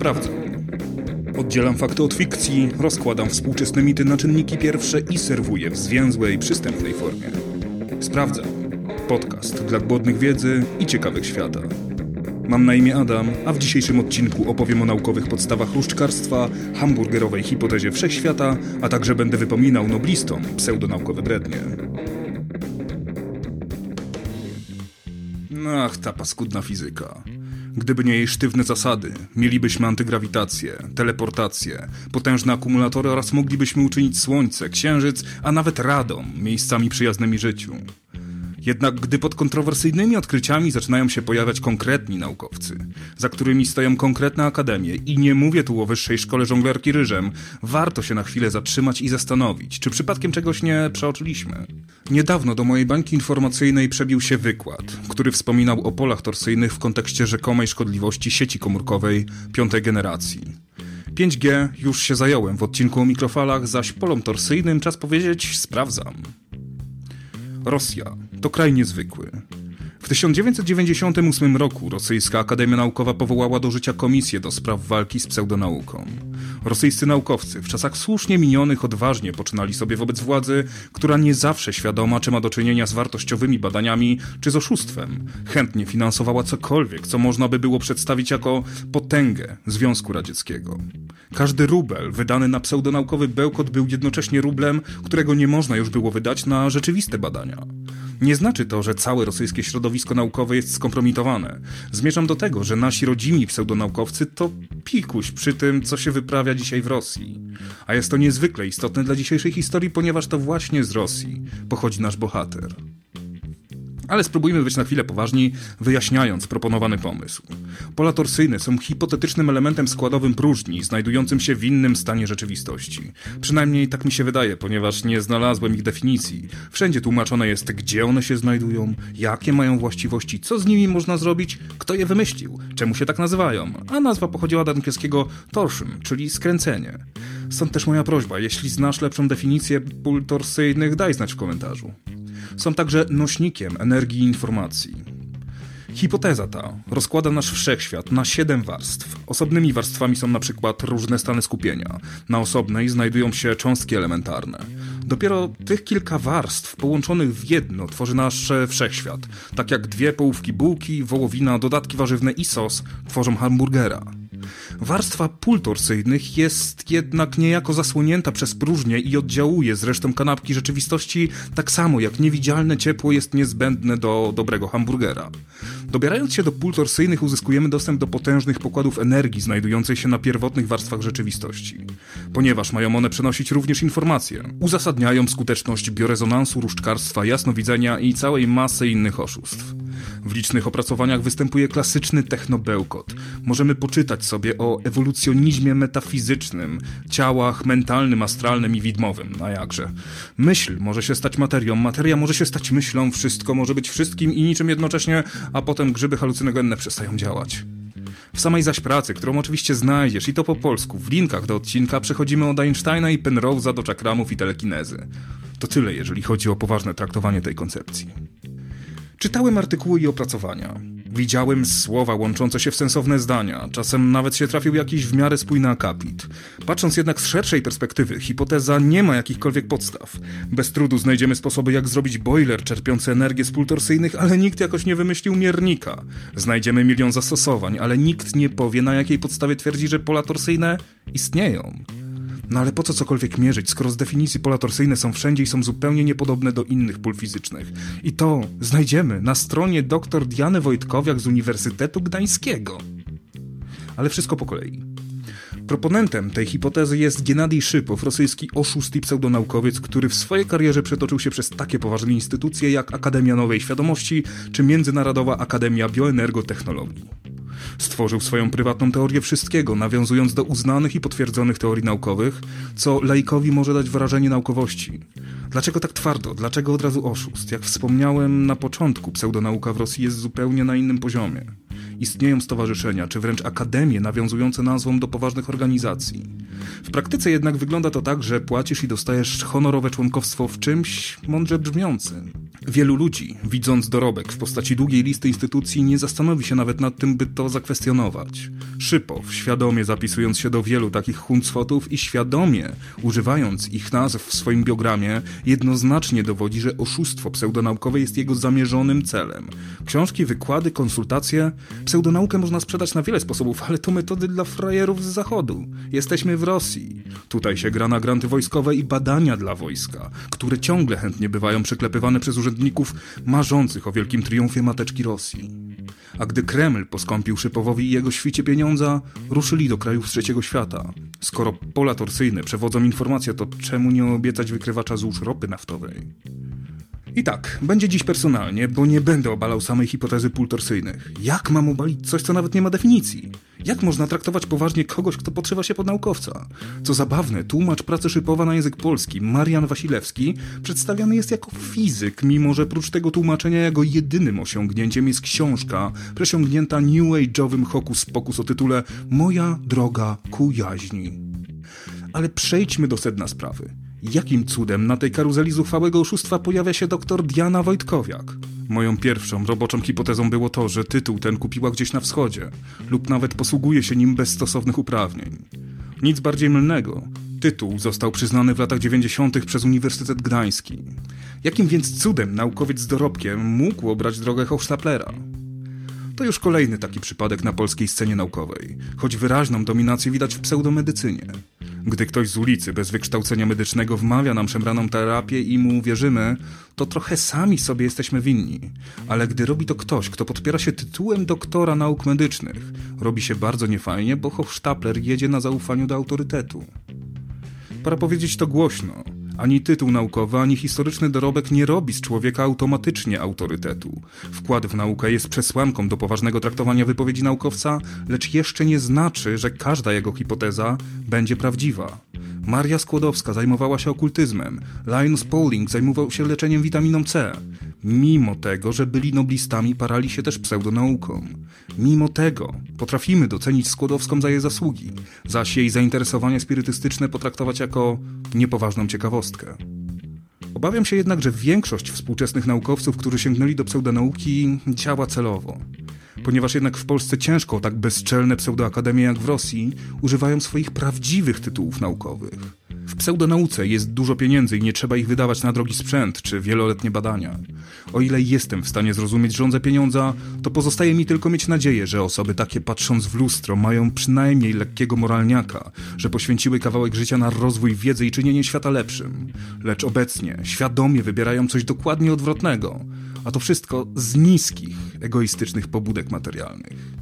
Sprawdzam. Oddzielam fakty od fikcji, rozkładam współczesne mity na czynniki pierwsze i serwuję w zwięzłej, przystępnej formie. Sprawdzam. Podcast dla głodnych wiedzy i ciekawych świata. Mam na imię Adam, a w dzisiejszym odcinku opowiem o naukowych podstawach różdżkarstwa, hamburgerowej hipotezie wszechświata, a także będę wypominał noblistom pseudonaukowe brednie. Ach, ta paskudna fizyka. Gdyby nie jej sztywne zasady, mielibyśmy antygrawitację, teleportację, potężne akumulatory oraz moglibyśmy uczynić Słońce, Księżyc, a nawet Radom miejscami przyjaznymi życiu. Jednak gdy pod kontrowersyjnymi odkryciami zaczynają się pojawiać konkretni naukowcy, za którymi stoją konkretne akademie i nie mówię tu o wyższej szkole żonglerki ryżem, warto się na chwilę zatrzymać i zastanowić, czy przypadkiem czegoś nie przeoczyliśmy. Niedawno do mojej bańki informacyjnej przebił się wykład, który wspominał o polach torsyjnych w kontekście rzekomej szkodliwości sieci komórkowej piątej generacji. 5G już się zająłem w odcinku o mikrofalach, zaś polom torsyjnym czas powiedzieć sprawdzam. Rosja to kraj niezwykły. W 1998 roku Rosyjska Akademia Naukowa powołała do życia komisję do spraw walki z pseudonauką. Rosyjscy naukowcy w czasach słusznie minionych odważnie poczynali sobie wobec władzy, która nie zawsze świadoma, czy ma do czynienia z wartościowymi badaniami, czy z oszustwem. Chętnie finansowała cokolwiek, co można by było przedstawić jako potęgę Związku Radzieckiego. Każdy rubel wydany na pseudonaukowy bełkot był jednocześnie rublem, którego nie można już było wydać na rzeczywiste badania. Nie znaczy to, że całe rosyjskie środowisko naukowe jest skompromitowane. Zmierzam do tego, że nasi rodzimi pseudonaukowcy to pikuś przy tym, co się wyprawia dzisiaj w Rosji. A jest to niezwykle istotne dla dzisiejszej historii, ponieważ to właśnie z Rosji pochodzi nasz bohater. Ale spróbujmy być na chwilę poważni, wyjaśniając proponowany pomysł. Pola torsyjne są hipotetycznym elementem składowym próżni, znajdującym się w innym stanie rzeczywistości. Przynajmniej tak mi się wydaje, ponieważ nie znalazłem ich definicji. Wszędzie tłumaczone jest, gdzie one się znajdują, jakie mają właściwości, co z nimi można zrobić, kto je wymyślił, czemu się tak nazywają. A nazwa pochodziła od angielskiego torsion, czyli skręcenie. Stąd też moja prośba, jeśli znasz lepszą definicję pól torsyjnych, daj znać w komentarzu. Są także nośnikiem energii i informacji. Hipoteza ta rozkłada nasz wszechświat na 7 warstw. Osobnymi warstwami są na przykład różne stany skupienia. Na osobnej znajdują się cząstki elementarne. Dopiero tych kilka warstw połączonych w jedno tworzy nasz wszechświat. Tak jak 2 połówki bułki, wołowina, dodatki warzywne i sos tworzą hamburgera. Warstwa pól torsyjnych jest jednak niejako zasłonięta przez próżnię i oddziałuje z resztą kanapki rzeczywistości tak samo jak niewidzialne ciepło jest niezbędne do dobrego hamburgera. Dobierając się do pól torsyjnych uzyskujemy dostęp do potężnych pokładów energii znajdujących się na pierwotnych warstwach rzeczywistości. Ponieważ mają one przenosić również informacje, uzasadniają skuteczność biorezonansu, różdżkarstwa, jasnowidzenia i całej masy innych oszustw. W licznych opracowaniach występuje klasyczny technobełkot. Możemy poczytać sobie o ewolucjonizmie metafizycznym, ciałach mentalnym, astralnym i widmowym. A jakże. Myśl może się stać materią, materia może się stać myślą, wszystko może być wszystkim i niczym jednocześnie, a potem grzyby halucynogenne przestają działać. W samej zaś pracy, którą oczywiście znajdziesz i to po polsku, w linkach do odcinka przechodzimy od Einsteina i Penrose'a do czakramów i telekinezy. To tyle, jeżeli chodzi o poważne traktowanie tej koncepcji. Czytałem artykuły i opracowania. Widziałem słowa łączące się w sensowne zdania, czasem nawet się trafił jakiś w miarę spójny akapit. Patrząc jednak z szerszej perspektywy, hipoteza nie ma jakichkolwiek podstaw. Bez trudu znajdziemy sposoby, jak zrobić boiler czerpiący energię z pól torsyjnych, ale nikt jakoś nie wymyślił miernika. Znajdziemy milion zastosowań, ale nikt nie powie, na jakiej podstawie twierdzi, że pola torsyjne istnieją. No ale po co cokolwiek mierzyć, skoro z definicji pola torsyjne są wszędzie i są zupełnie niepodobne do innych pól fizycznych. I to znajdziemy na stronie dr Diany Wojtkowiak z Uniwersytetu Gdańskiego. Ale wszystko po kolei. Proponentem tej hipotezy jest Gennadij Szypow, rosyjski oszust i pseudonaukowiec, który w swojej karierze przetoczył się przez takie poważne instytucje jak Akademia Nowej Świadomości czy Międzynarodowa Akademia Bioenergotechnologii. Stworzył swoją prywatną teorię wszystkiego, nawiązując do uznanych i potwierdzonych teorii naukowych, co laikowi może dać wrażenie naukowości. Dlaczego tak twardo? Dlaczego od razu oszust? Jak wspomniałem na początku, pseudonauka w Rosji jest zupełnie na innym poziomie. Istnieją stowarzyszenia, czy wręcz akademie nawiązujące nazwą do poważnych organizacji. W praktyce jednak wygląda to tak, że płacisz i dostajesz honorowe członkostwo w czymś mądrze brzmiącym. Wielu ludzi, widząc dorobek w postaci długiej listy instytucji, nie zastanowi się nawet nad tym, by to zakwestionować. Szypow, świadomie zapisując się do wielu takich huncwotów i świadomie używając ich nazw w swoim biogramie, jednoznacznie dowodzi, że oszustwo pseudonaukowe jest jego zamierzonym celem. Książki, wykłady, konsultacje. Pseudonaukę można sprzedać na wiele sposobów, ale to metody dla frajerów z zachodu. Jesteśmy w Rosji. Tutaj się gra na granty wojskowe i badania dla wojska, które ciągle chętnie bywają przeklepywane przez urzędników marzących o wielkim triumfie mateczki Rosji. A gdy Kreml poskąpił Szypowowi i jego świcie pieniądza, ruszyli do krajów trzeciego świata. Skoro pola torsyjne przewodzą informacje, to czemu nie obiecać wykrywacza złóż ropy naftowej? I tak, będzie dziś personalnie, bo nie będę obalał samej hipotezy pól torsyjnych. Jak mam obalić coś, co nawet nie ma definicji? Jak można traktować poważnie kogoś, kto podszywa się pod naukowca? Co zabawne, tłumacz pracy Szypowa na język polski, Marian Wasilewski, przedstawiany jest jako fizyk, mimo że prócz tego tłumaczenia jego jedynym osiągnięciem jest książka przesiągnięta new age'owym hokus pokus o tytule Moja droga ku jaźni. Ale przejdźmy do sedna sprawy. Jakim cudem na tej karuzeli zuchwałego oszustwa pojawia się dr Diana Wojtkowiak? Moją pierwszą roboczą hipotezą było to, że tytuł ten kupiła gdzieś na wschodzie lub nawet posługuje się nim bez stosownych uprawnień. Nic bardziej mylnego. Tytuł został przyznany w latach 90. przez Uniwersytet Gdański. Jakim więc cudem naukowiec z dorobkiem mógł obrać drogę Hochstaplera? To już kolejny taki przypadek na polskiej scenie naukowej, choć wyraźną dominację widać w pseudomedycynie. Gdy ktoś z ulicy bez wykształcenia medycznego wmawia nam szemraną terapię i mu uwierzymy, to trochę sami sobie jesteśmy winni. Ale gdy robi to ktoś, kto podpiera się tytułem doktora nauk medycznych, robi się bardzo niefajnie, bo Hochstapler jedzie na zaufaniu do autorytetu. Pora powiedzieć to głośno. Ani tytuł naukowy, ani historyczny dorobek nie robi z człowieka automatycznie autorytetu. Wkład w naukę jest przesłanką do poważnego traktowania wypowiedzi naukowca, lecz jeszcze nie znaczy, że każda jego hipoteza będzie prawdziwa. Maria Skłodowska zajmowała się okultyzmem, Linus Pauling zajmował się leczeniem witaminą C. Mimo tego, że byli noblistami, parali się też pseudonauką. Mimo tego potrafimy docenić Skłodowską za jej zasługi, zaś jej zainteresowanie spirytystyczne potraktować jako niepoważną ciekawostkę. Obawiam się jednak, że większość współczesnych naukowców, którzy sięgnęli do pseudonauki, działa celowo. Ponieważ jednak w Polsce ciężko o tak bezczelne pseudoakademie jak w Rosji używają swoich prawdziwych tytułów naukowych. W pseudonauce jest dużo pieniędzy i nie trzeba ich wydawać na drogi sprzęt czy wieloletnie badania. O ile jestem w stanie zrozumieć żądzę pieniądza, to pozostaje mi tylko mieć nadzieję, że osoby takie patrząc w lustro mają przynajmniej lekkiego moralniaka, że poświęciły kawałek życia na rozwój wiedzy i czynienie świata lepszym. Lecz obecnie świadomie wybierają coś dokładnie odwrotnego, a to wszystko z niskich, egoistycznych pobudek materialnych.